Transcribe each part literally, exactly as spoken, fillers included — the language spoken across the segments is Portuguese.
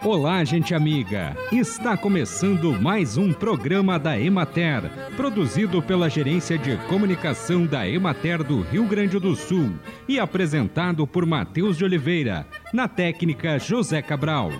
Olá, gente amiga! Está começando mais um programa da Emater, produzido pela Gerência de Comunicação da Emater do Rio Grande do Sul e apresentado por Matheus de Oliveira, na técnica José Cabral.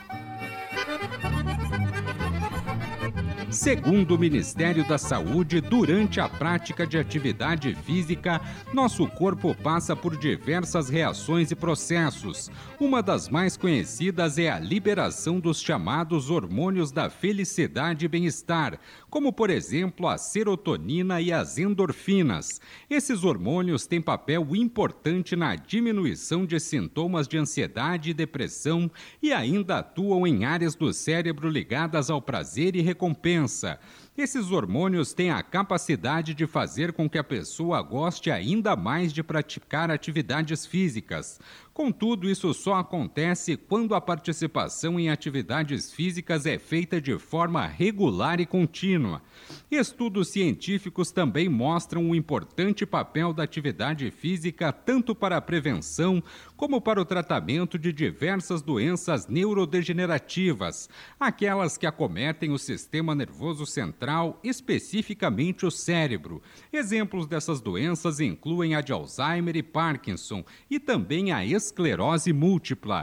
Segundo o Ministério da Saúde, durante a prática de atividade física, nosso corpo passa por diversas reações e processos. Uma das mais conhecidas é a liberação dos chamados hormônios da felicidade e bem-estar, como, por exemplo, a serotonina e as endorfinas. Esses hormônios têm papel importante na diminuição de sintomas de ansiedade e depressão e ainda atuam em áreas do cérebro ligadas ao prazer e recompensa. Esses hormônios têm a capacidade de fazer com que a pessoa goste ainda mais de praticar atividades físicas. Contudo, isso só acontece quando a participação em atividades físicas é feita de forma regular e contínua. Estudos científicos também mostram o importante papel da atividade física tanto para a prevenção como para o tratamento de diversas doenças neurodegenerativas, aquelas que acometem o sistema nervoso central, especificamente o cérebro. Exemplos dessas doenças incluem a de Alzheimer e Parkinson e também a esclerose múltipla.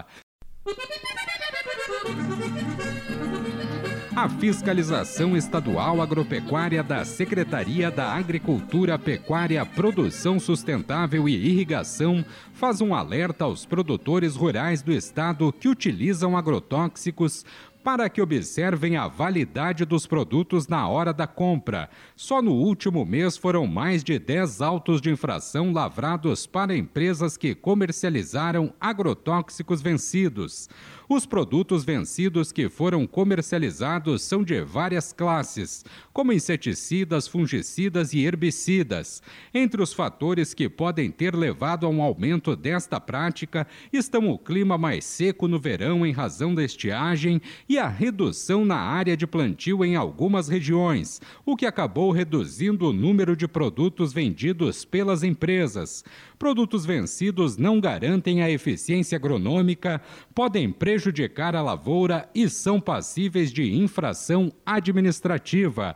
A Fiscalização Estadual Agropecuária da Secretaria da Agricultura, Pecuária, Produção Sustentável e Irrigação faz um alerta aos produtores rurais do estado que utilizam agrotóxicos para que observem a validade dos produtos na hora da compra. Só no último mês foram mais de dez autos de infração lavrados para empresas que comercializaram agrotóxicos vencidos. Os produtos vencidos que foram comercializados são de várias classes, como inseticidas, fungicidas e herbicidas. Entre os fatores que podem ter levado a um aumento desta prática estão o clima mais seco no verão em razão da estiagem e a redução na área de plantio em algumas regiões, o que acabou reduzindo o número de produtos vendidos pelas empresas. Produtos vencidos não garantem a eficiência agronômica, podem prejudicar a lavoura e são passíveis de infração administrativa.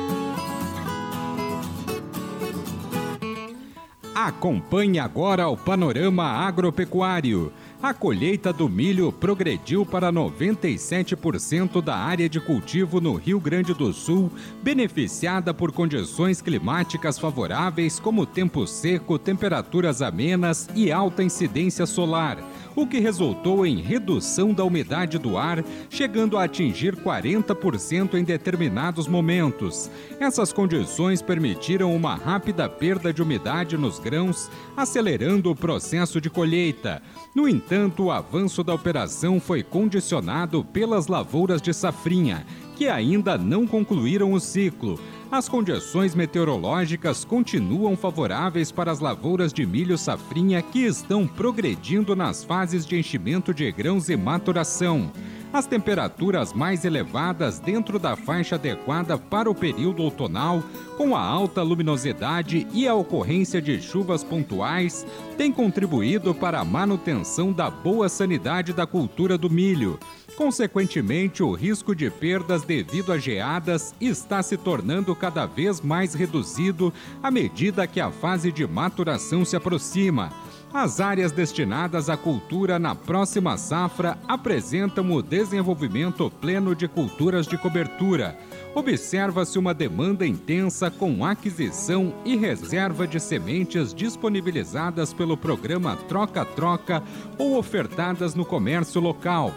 Acompanhe agora o panorama agropecuário. A colheita do milho progrediu para noventa e sete por cento da área de cultivo no Rio Grande do Sul, beneficiada por condições climáticas favoráveis como tempo seco, temperaturas amenas e alta incidência solar, o que resultou em redução da umidade do ar, chegando a atingir quarenta por cento em determinados momentos. Essas condições permitiram uma rápida perda de umidade nos grãos, acelerando o processo de colheita. No entanto, o avanço da operação foi condicionado pelas lavouras de safrinha, que ainda não concluíram o ciclo. As condições meteorológicas continuam favoráveis para as lavouras de milho safrinha que estão progredindo nas fases de enchimento de grãos e maturação. As temperaturas mais elevadas dentro da faixa adequada para o período outonal, com a alta luminosidade e a ocorrência de chuvas pontuais, têm contribuído para a manutenção da boa sanidade da cultura do milho. Consequentemente, o risco de perdas devido a geadas está se tornando cada vez mais reduzido à medida que a fase de maturação se aproxima. As áreas destinadas à cultura na próxima safra apresentam o desenvolvimento pleno de culturas de cobertura. Observa-se uma demanda intensa com aquisição e reserva de sementes disponibilizadas pelo programa Troca-Troca ou ofertadas no comércio local.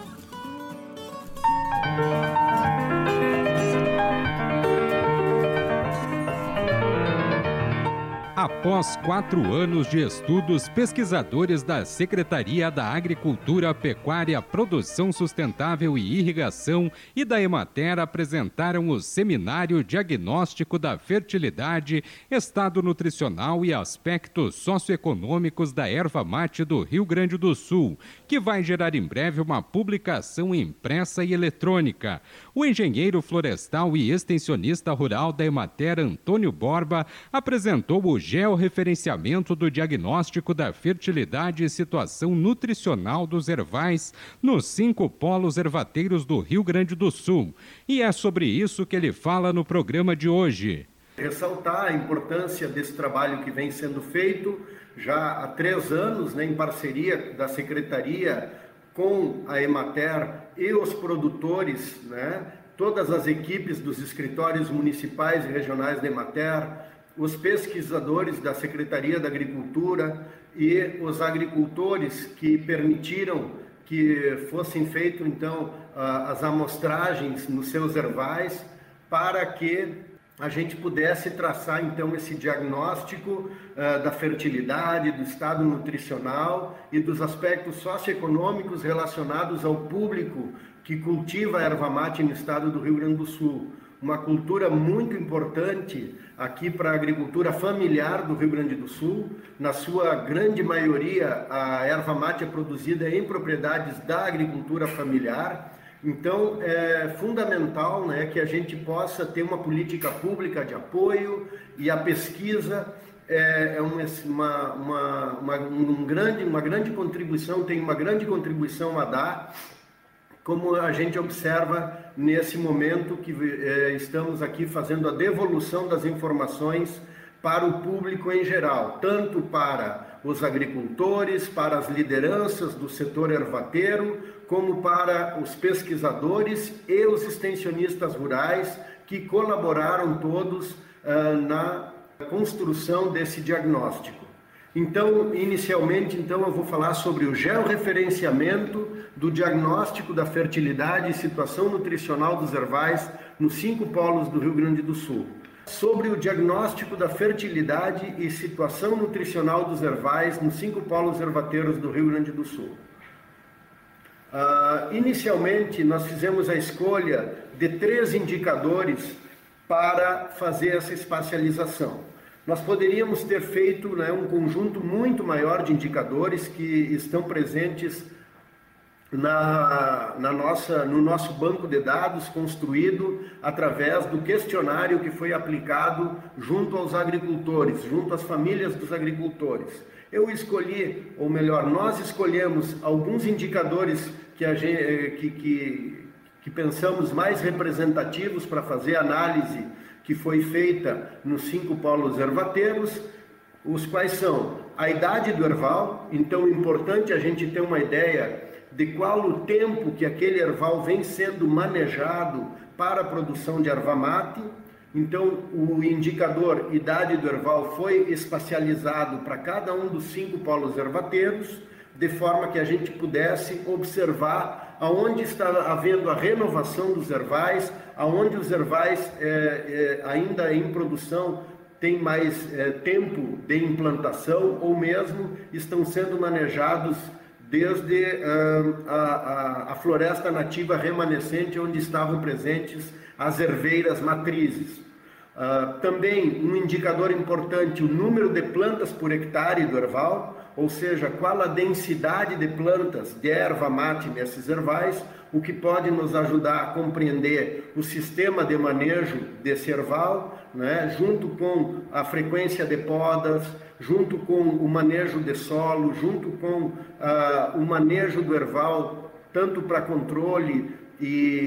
Após quatro anos de estudos, pesquisadores da Secretaria da Agricultura, Pecuária, Produção Sustentável e Irrigação e da Emater apresentaram o Seminário Diagnóstico da Fertilidade, Estado Nutricional e Aspectos Socioeconômicos da Erva Mate do Rio Grande do Sul, que vai gerar em breve uma publicação impressa e eletrônica. O engenheiro florestal e extensionista rural da Emater, Antônio Borba, apresentou o Geo georreferenciamento do diagnóstico da fertilidade e situação nutricional dos ervais nos cinco polos ervateiros do Rio Grande do Sul. E é sobre isso que ele fala no programa de hoje. Ressaltar a importância desse trabalho que vem sendo feito já há três anos, né, em parceria da Secretaria com a Emater e os produtores, né, todas as equipes dos escritórios municipais e regionais da Emater, os pesquisadores da Secretaria da Agricultura e os agricultores que permitiram que fossem feitas então as amostragens nos seus ervais para que a gente pudesse traçar então esse diagnóstico uh, da fertilidade, do estado nutricional e dos aspectos socioeconômicos relacionados ao público que cultiva a erva mate no estado do Rio Grande do Sul. Uma cultura muito importante aqui para a agricultura familiar do Rio Grande do Sul. Na sua grande maioria, a erva mate é produzida em propriedades da agricultura familiar. Então, é fundamental, né, que a gente possa ter uma política pública de apoio, e a pesquisa é, é uma, uma, uma, um grande, uma grande contribuição, tem uma grande contribuição a dar, como a gente observa nesse momento que é, estamos aqui fazendo a devolução das informações para o público em geral, tanto para os agricultores, para as lideranças do setor ervateiro, como para os pesquisadores e os extensionistas rurais que colaboraram todos uh, na construção desse diagnóstico. Então, inicialmente, então, eu vou falar sobre o georreferenciamento do diagnóstico da fertilidade e situação nutricional dos ervais nos cinco polos do Rio Grande do Sul. Sobre o diagnóstico da fertilidade e situação nutricional dos ervais nos cinco polos ervateiros do Rio Grande do Sul. Uh, inicialmente, nós fizemos a escolha de três indicadores para fazer essa espacialização. Nós poderíamos ter feito, né, um conjunto muito maior de indicadores que estão presentes Na, na nossa, no nosso banco de dados construído através do questionário que foi aplicado junto aos agricultores, junto às famílias dos agricultores. Eu escolhi, ou melhor, nós escolhemos alguns indicadores que, a gente, que, que, que pensamos mais representativos para fazer a análise que foi feita nos cinco polos ervateiros, os quais são a idade do erval. Então é importante a gente ter uma ideia de qual o tempo que aquele erval vem sendo manejado para a produção de erva mate. Então, o indicador idade do erval foi espacializado para cada um dos cinco polos ervateiros, de forma que a gente pudesse observar aonde está havendo a renovação dos ervais, aonde os ervais é, é, ainda em produção têm mais é, tempo de implantação, ou mesmo estão sendo manejados desde uh, a, a, a floresta nativa remanescente, onde estavam presentes as erveiras matrizes. Uh, também um indicador importante, o número de plantas por hectare do erval, ou seja, qual a densidade de plantas de erva mate nesses ervais, o que pode nos ajudar a compreender o sistema de manejo desse erval, né, junto com a frequência de podas, junto com o manejo de solo, junto com uh, o manejo do erval, tanto para controle e,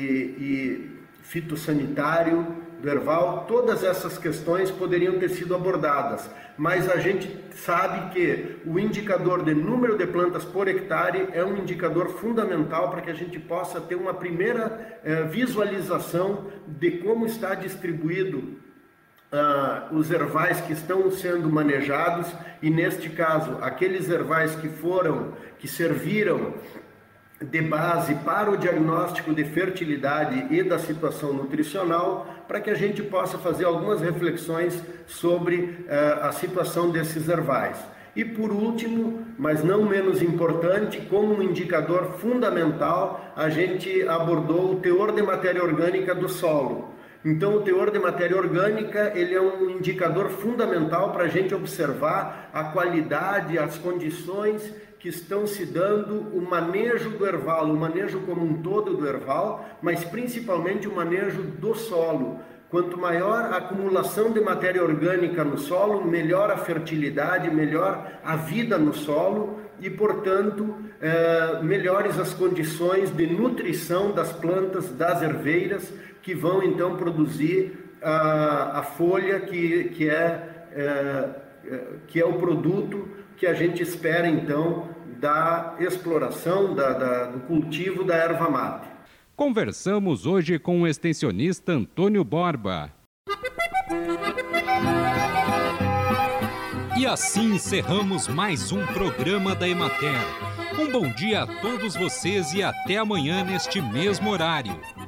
e fitossanitário do erval. Todas essas questões poderiam ter sido abordadas, mas a gente sabe que o indicador de número de plantas por hectare é um indicador fundamental para que a gente possa ter uma primeira eh, visualização de como está distribuído Uh, os ervais que estão sendo manejados, e neste caso aqueles ervais que foram, que serviram de base para o diagnóstico de fertilidade e da situação nutricional, para que a gente possa fazer algumas reflexões sobre uh, a situação desses ervais. E por último, mas não menos importante, como um indicador fundamental, a gente abordou o teor de matéria orgânica do solo. Então, o teor de matéria orgânica, ele é um indicador fundamental para a gente observar a qualidade, as condições que estão se dando, o manejo do erval, o manejo como um todo do erval, mas principalmente o manejo do solo. Quanto maior a acumulação de matéria orgânica no solo, melhor a fertilidade, melhor a vida no solo e, portanto, eh, melhores as condições de nutrição das plantas, das erveiras, que vão então produzir a, a folha que, que, é, é, que é o produto que a gente espera então da exploração, da, da, do cultivo da erva mate. Conversamos hoje com o extensionista Antônio Borba. E assim encerramos mais um programa da Emater. Um bom dia a todos vocês e até amanhã neste mesmo horário.